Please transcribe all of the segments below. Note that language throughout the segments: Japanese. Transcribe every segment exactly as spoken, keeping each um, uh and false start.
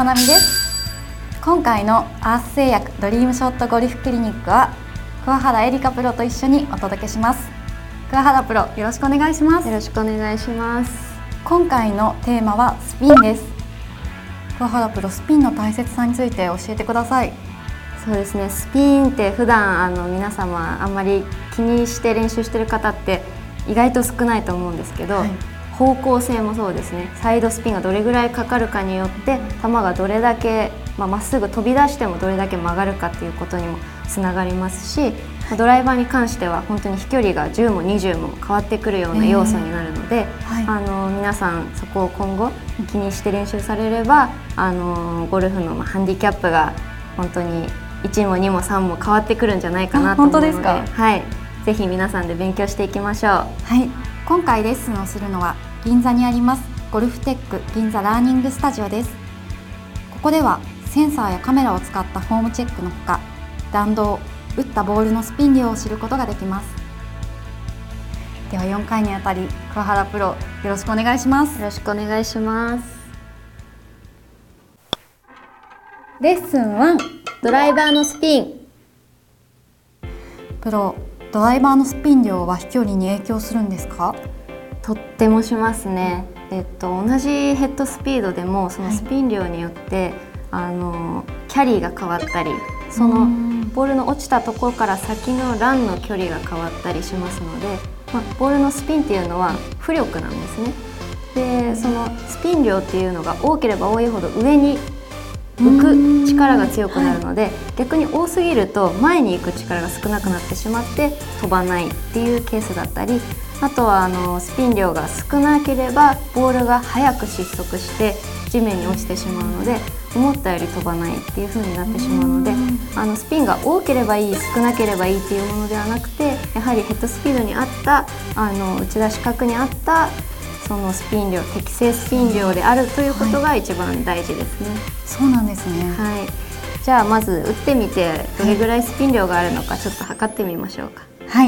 なみです。今回のアース製薬ドリームショットゴルフクリニックは桑原絵里香プロと一緒にお届けします。桑原プロ、よろしくお願いします。 よろしくお願いします。 今回のテーマはスピンです。桑原プロ、スピンの大切さについて教えてください。 そうですね、スピンって普段あの皆様あんまり気にして練習してる方って意外と少ないと思うんですけど、はい、方向性もそうですね。サイドスピンがどれぐらいかかるかによって球がどれだけまあ、っすぐ飛び出してもどれだけ曲がるかっていうことにもつながりますし、ドライバーに関しては本当に飛距離がじゅうもにじゅうも変わってくるような要素になるので、えーはい、あの皆さんそこを今後気にして練習されればあのゴルフのハンディキャップが本当にいちもにもさんも変わってくるんじゃないかなと思うので、本当ですか？はい、ぜひ皆さんで勉強していきましょう。 はい、今回レッスンをするのは銀座にありますゴルフテック銀座ラーニングスタジオです。ここではセンサーやカメラを使ったフォームチェックのほか、弾道、打ったボールのスピン量を知ることができます。ではよんかいにあたり桑原プロ、よろしくお願いします。 よろしくお願いします。 レッスンワン、 ドライバーのスピン。 プロ、ドライバーのスピン量は飛距離に影響するんですか？ とってもしますね。えっと、同じヘッドスピードでもそのスピン量によって、はい、あのキャリーが変わったり、そのボールの落ちたところから先のランの距離が変わったりしますので、まあ、ボールのスピンっていうのは浮力なんですね。でそのスピン量っていうのが多ければ多いほど上に浮く力が強くなるので、はい、逆に多すぎると前に行く力が少なくなってしまって飛ばないっていうケースだったり、あとはあのスピン量が少なければボールが速く失速して地面に落ちてしまうので思ったより飛ばないっていう風になってしまうので、あのスピンが多ければいい少なければいいっていうものではなくて、やはりヘッドスピードに合ったあの打ち出し角に合ったそのスピン量、適正スピン量であるということが一番大事ですね。はい、 そうなんですね。 はい、じゃあまず打ってみてどれぐらいスピン量があるのかちょっと測ってみましょうか。 はい、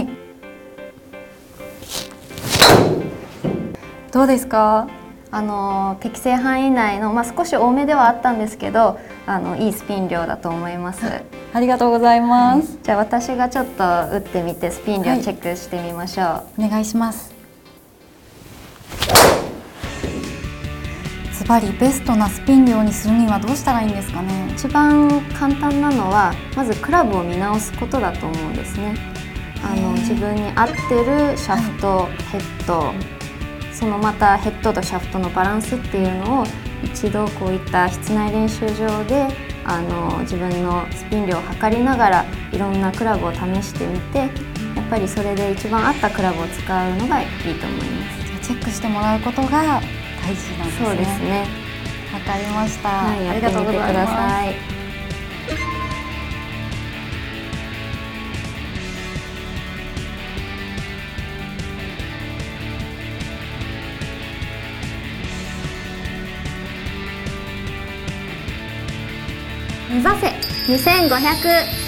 どうですか？ あの適正範囲内の、まあ、少し多めではあったんですけど、あのいいスピン量だと思います。 ありがとうございます。 はい、じゃあ私がちょっと打ってみてスピン量チェックしてみましょう。はい、お願いします。ズバリベストなスピン量にするにはどうしたらいいんですかね？ 一番簡単なのはまずクラブを見直すことだと思うんですね。あの自分に合ってるシャフト、はい、ヘッド、そのまたヘッドとシャフトのバランスっていうのを一度こういった室内練習場であの自分のスピン量を測りながらいろんなクラブを試してみて、やっぱりそれで一番合ったクラブを使うのがいいと思います。 じゃあチェックしてもらうことが大事なんですね。 そうですね。 わかりました。 はい、やってみてください。 目指せにせんごひゃく。